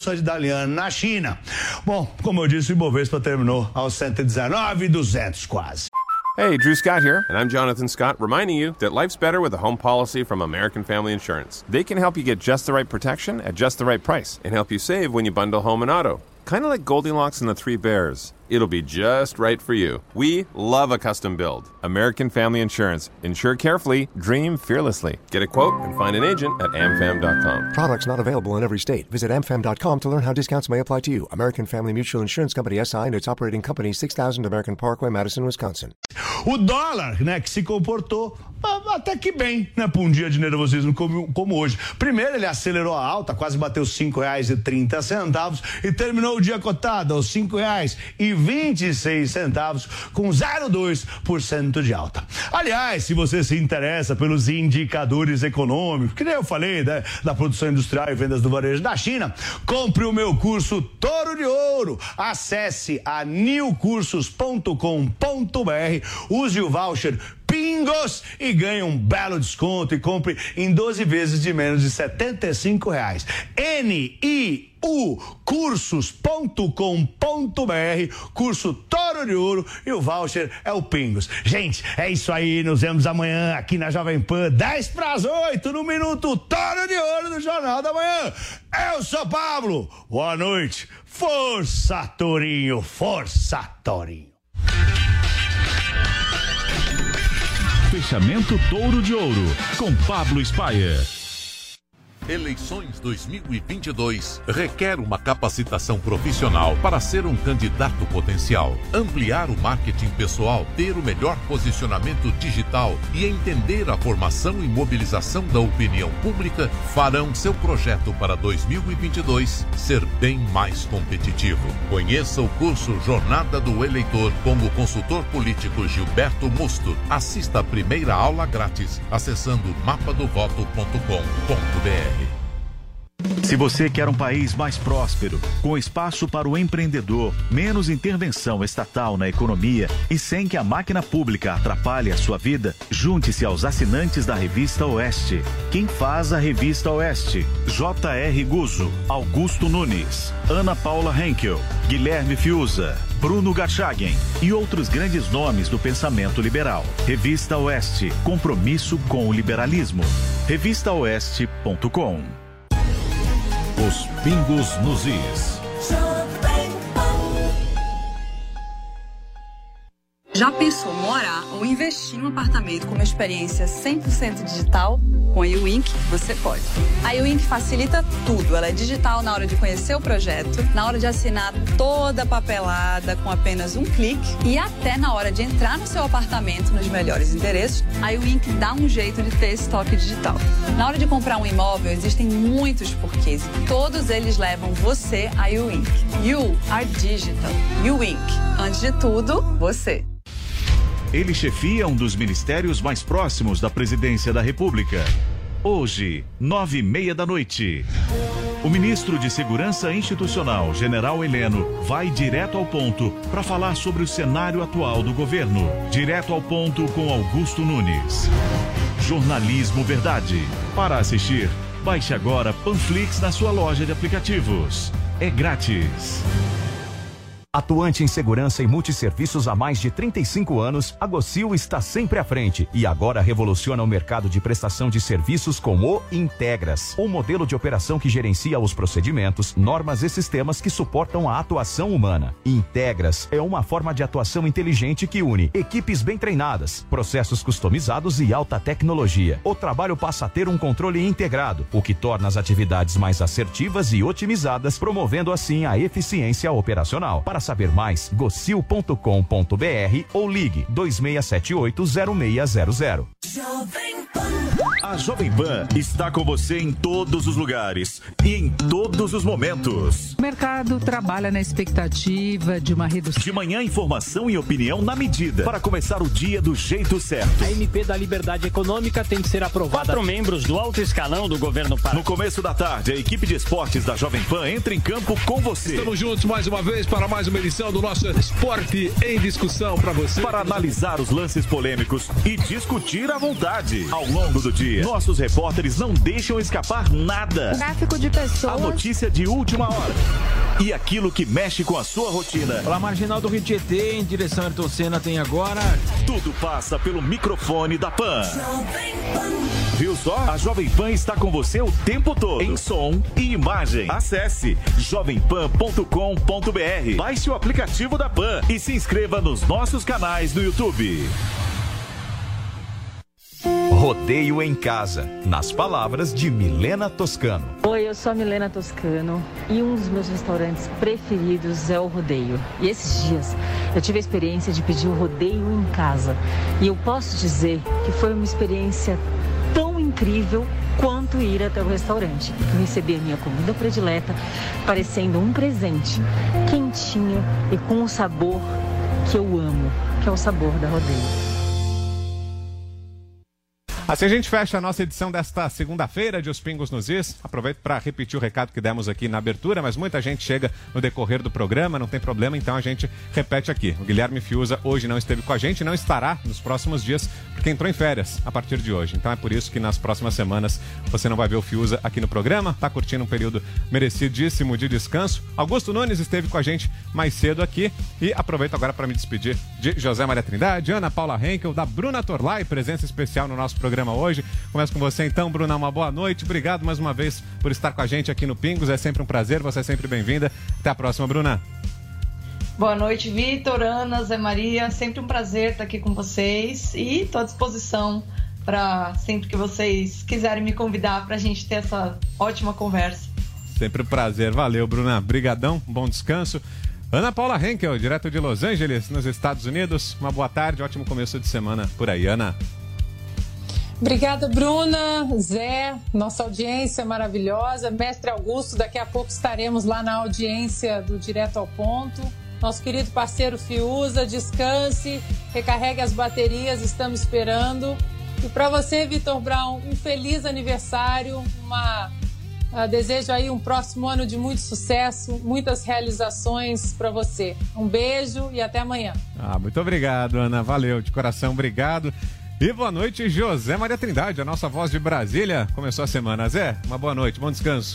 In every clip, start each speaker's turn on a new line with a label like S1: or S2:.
S1: de Dalian na China. Bom, como eu disse, o Ibovespa terminou aos 119,200 quase.
S2: Hey, Drew Scott here, and I'm Jonathan Scott, reminding you that life's better with a home policy from American Family Insurance. They can help you get just the right protection at just the right price and help you save when you bundle home and auto. Kind of like Goldilocks and the Three Bears. It'll be just right for you. We love a custom build. American Family Insurance. Insure carefully, dream fearlessly. Get a quote and find an agent at amfam.com.
S3: Products not available in every state. Visit amfam.com to learn how discounts may apply to you. American Family Mutual Insurance Company S.I. and its operating company 6000 American Parkway, Madison, Wisconsin.
S1: O dólar, né, que se comportou até que bem, né, para um dia de nervosismo como hoje. Primeiro ele acelerou a alta, quase bateu R$5,30 e terminou o dia cotado aos R$5,26 com 0,2% de alta. Aliás, se você se interessa pelos indicadores econômicos, que nem eu falei, né, da produção industrial e vendas do varejo da China, compre o meu curso Touro de Ouro. Acesse a newcursos.com.br, use o voucher Pingos e ganhe um belo desconto e compre em 12 vezes de menos de R$75. cursos.com.br, curso Touro de Ouro, e o voucher é o Pingos. Gente, é isso aí, nos vemos amanhã aqui na Jovem Pan, 7:50 no Minuto Touro de Ouro do Jornal da Manhã. Eu sou Pablo, boa noite, força Tourinho, força Tourinho.
S4: Fechamento Touro de Ouro, com Pablo Spyer.
S5: Eleições 2022 requer uma capacitação profissional para ser um candidato potencial, ampliar o marketing pessoal, ter o melhor posicionamento digital e entender a formação e mobilização da opinião pública farão seu projeto para 2022 ser bem mais competitivo. Conheça o curso Jornada do Eleitor com o consultor político Gilberto Musto. Assista a primeira aula grátis acessando mapadovoto.com.br.
S4: Se você quer um país mais próspero, com espaço para o empreendedor, menos intervenção estatal na economia e sem que a máquina pública atrapalhe a sua vida, junte-se aos assinantes da Revista Oeste. Quem faz a Revista Oeste? J.R. Guzzo, Augusto Nunes, Ana Paula Henkel, Guilherme Fiuza, Bruno Garchagen e outros grandes nomes do pensamento liberal. Revista Oeste, compromisso com o liberalismo. revistaoeste.com.
S6: Os pingos nos is.
S7: Já pensou morar ou investir em um apartamento com uma experiência 100% digital? Com a YouInc, você pode. A YouInc facilita tudo. Ela é digital na hora de conhecer o projeto, na hora de assinar toda a papelada com apenas um clique e até na hora de entrar no seu apartamento nos melhores endereços, a YouInc dá um jeito de ter esse toque digital. Na hora de comprar um imóvel, existem muitos porquês e todos eles levam você a YouInc. You are digital. YouInc. Antes de tudo, você.
S4: Ele chefia um dos ministérios mais próximos da Presidência da República. Hoje, 9:30 p.m. O ministro de Segurança Institucional, General Heleno, vai direto ao ponto para falar sobre o cenário atual do governo. Direto ao ponto com Augusto Nunes. Jornalismo Verdade. Para assistir, baixe agora Panflix na sua loja de aplicativos. É grátis.
S8: Atuante em segurança e multisserviços há mais de 35 anos, a Gocil está sempre à frente e agora revoluciona o mercado de prestação de serviços com o Integras, um modelo de operação que gerencia os procedimentos, normas e sistemas que suportam a atuação humana. Integras é uma forma de atuação inteligente que une equipes bem treinadas, processos customizados e alta tecnologia. O trabalho passa a ter um controle integrado, o que torna as atividades mais assertivas e otimizadas, promovendo assim a eficiência operacional. Para saber mais, gocil.com.br ou ligue 2678-0600.
S4: A Jovem Pan está com você em todos os lugares e em todos os momentos.
S9: O mercado trabalha na expectativa de uma redução.
S4: De manhã, informação e opinião na medida para começar o dia do jeito certo.
S10: A MP da Liberdade Econômica tem que ser aprovada. 4 membros do alto escalão do governo Pará.
S4: No começo da tarde, a equipe de esportes da Jovem Pan entra em campo com você.
S11: Estamos juntos mais uma vez para mais uma edição do nosso Esporte em Discussão para você.
S4: Para analisar os lances polêmicos e discutir à vontade. Ao longo do dia, nossos repórteres não deixam escapar nada.
S12: Tráfico de pessoas.
S4: A notícia de última hora. E aquilo que mexe com a sua rotina.
S13: Pela marginal do Rio Tietê, em direção a Ayrton Senna, tem agora...
S4: Tudo passa pelo microfone da Pan. Viu só? A Jovem Pan está com você o tempo todo. Em som e imagem. Acesse jovempan.com.br. Baixe o aplicativo da Pan e se inscreva nos nossos canais no YouTube.
S8: Rodeio em Casa, nas palavras de Milena Toscano.
S14: Oi, eu sou a Milena Toscano e um dos meus restaurantes preferidos é o Rodeio. E esses dias eu tive a experiência de pedir o Rodeio em casa. E eu posso dizer que foi uma experiência tão incrível quanto ir até o restaurante. Eu recebi a minha comida predileta parecendo um presente, quentinho e com um sabor que eu amo, que é o sabor da Rodeio.
S15: Assim a gente fecha a nossa edição desta segunda-feira de Os Pingos nos Is. Aproveito para repetir o recado que demos aqui na abertura, mas muita gente chega no decorrer do programa, não tem problema, então a gente repete aqui. O Guilherme Fiuza hoje não esteve com a gente, não estará nos próximos dias, porque entrou em férias a partir de hoje. Então é por isso que nas próximas semanas você não vai ver o Fiuza aqui no programa, tá curtindo um período merecidíssimo de descanso. Augusto Nunes esteve com a gente mais cedo aqui e aproveito agora para me despedir de José Maria Trindade, Ana Paula Henkel, da Bruna Torlai, presença especial no nosso programa hoje. Começo com você então, Bruna, uma boa noite. Obrigado mais uma vez por estar com a gente aqui no Pingos. É sempre um prazer, você é sempre bem-vinda. Até a próxima, Bruna.
S16: Boa noite, Vitor, Ana, Zé Maria. Sempre um prazer estar aqui com vocês e estou à disposição para sempre que vocês quiserem me convidar para a gente ter essa ótima conversa.
S15: Sempre um prazer. Valeu, Bruna. Brigadão, bom descanso. Ana Paula Henkel, direto de Los Angeles, nos Estados Unidos. Uma boa tarde, ótimo começo de semana por aí, Ana.
S9: Obrigada, Bruna, Zé, nossa audiência maravilhosa. Mestre Augusto, daqui a pouco estaremos lá na audiência do Direto ao Ponto. Nosso querido parceiro Fiuza, descanse, recarregue as baterias, estamos esperando. E para você, Vitor Brown, um feliz aniversário, desejo aí um próximo ano de muito sucesso, muitas realizações para você. Um beijo e até amanhã.
S15: Muito obrigado, Ana, valeu, de coração, obrigado. E boa noite, José Maria Trindade, a nossa voz de Brasília. Começou a semana. Zé, uma boa noite, bom descanso.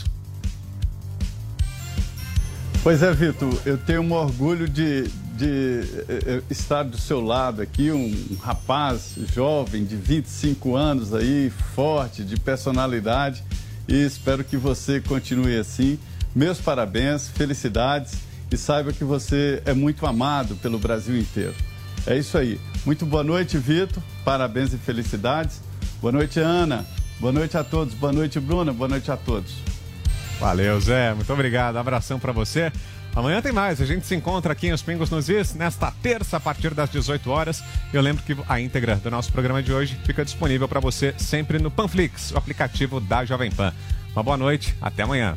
S17: Pois é, Vitor, eu tenho um orgulho de estar do seu lado aqui, um rapaz jovem de 25 anos aí, forte, de personalidade, e espero que você continue assim. Meus parabéns, felicidades, e saiba que você é muito amado pelo Brasil inteiro. É isso aí. Muito boa noite, Vitor. Parabéns e felicidades. Boa noite, Ana. Boa noite a todos. Boa noite, Bruna. Boa noite a todos.
S15: Valeu, Zé. Muito obrigado. Abração para você. Amanhã tem mais. A gente se encontra aqui em Os Pingos nos Is, nesta terça, a partir das 18 horas. Eu lembro que a íntegra do nosso programa de hoje fica disponível para você sempre no Panflix, o aplicativo da Jovem Pan. Uma boa noite. Até amanhã.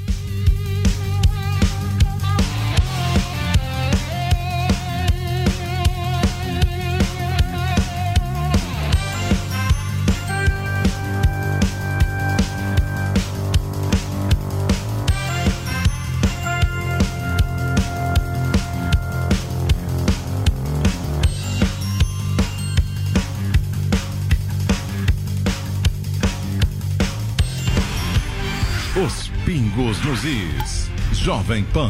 S6: Os Pingos nos Is. Jovem Pan.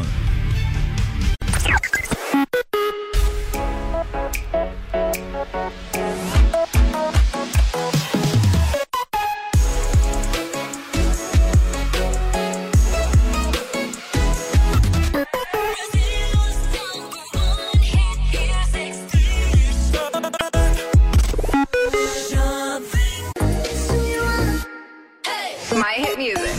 S7: My hit music.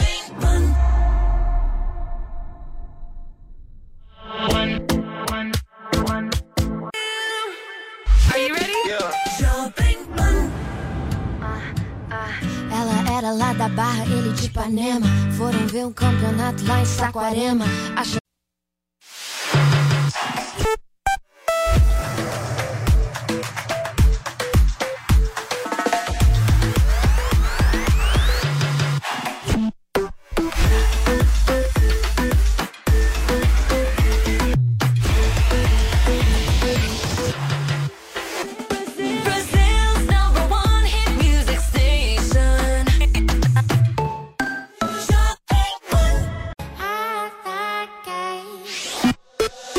S7: Are you ready?
S12: Ela era lá da Barra, ele de Ipanema. Foram ver um campeonato lá em Saquarema.
S18: Brazil's #1 hit music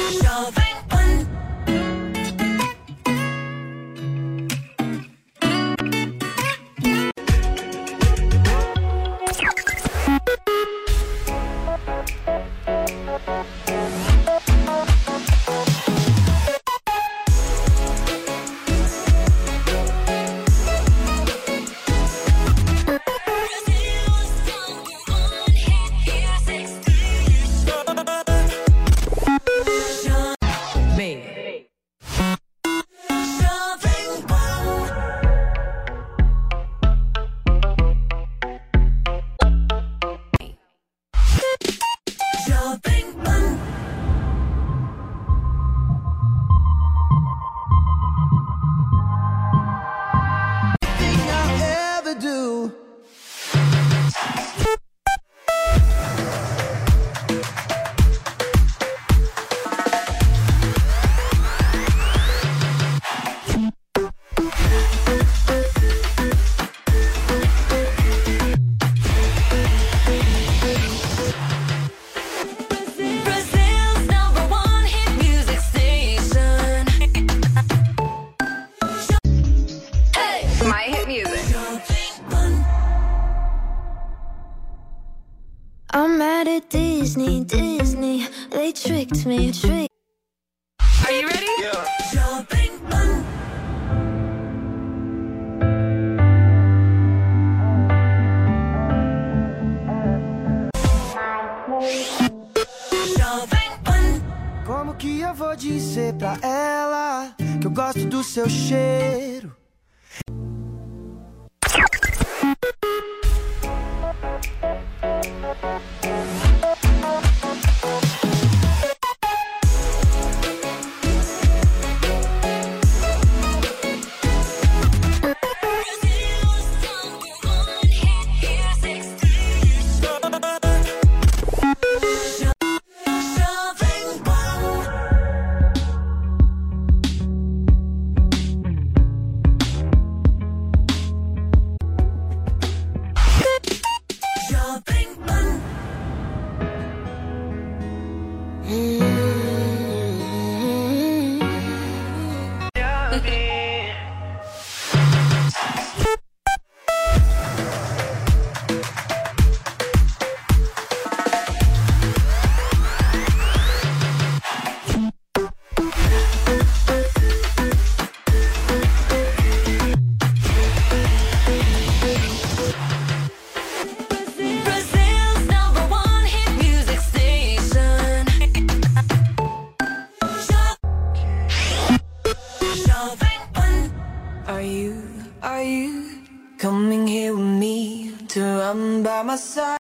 S12: I'm mad at Disney, they tricked me.
S18: Are you ready? Yeah.
S19: Como que eu vou dizer pra ela que eu gosto do seu cheiro? Are you coming here with me to run by my side?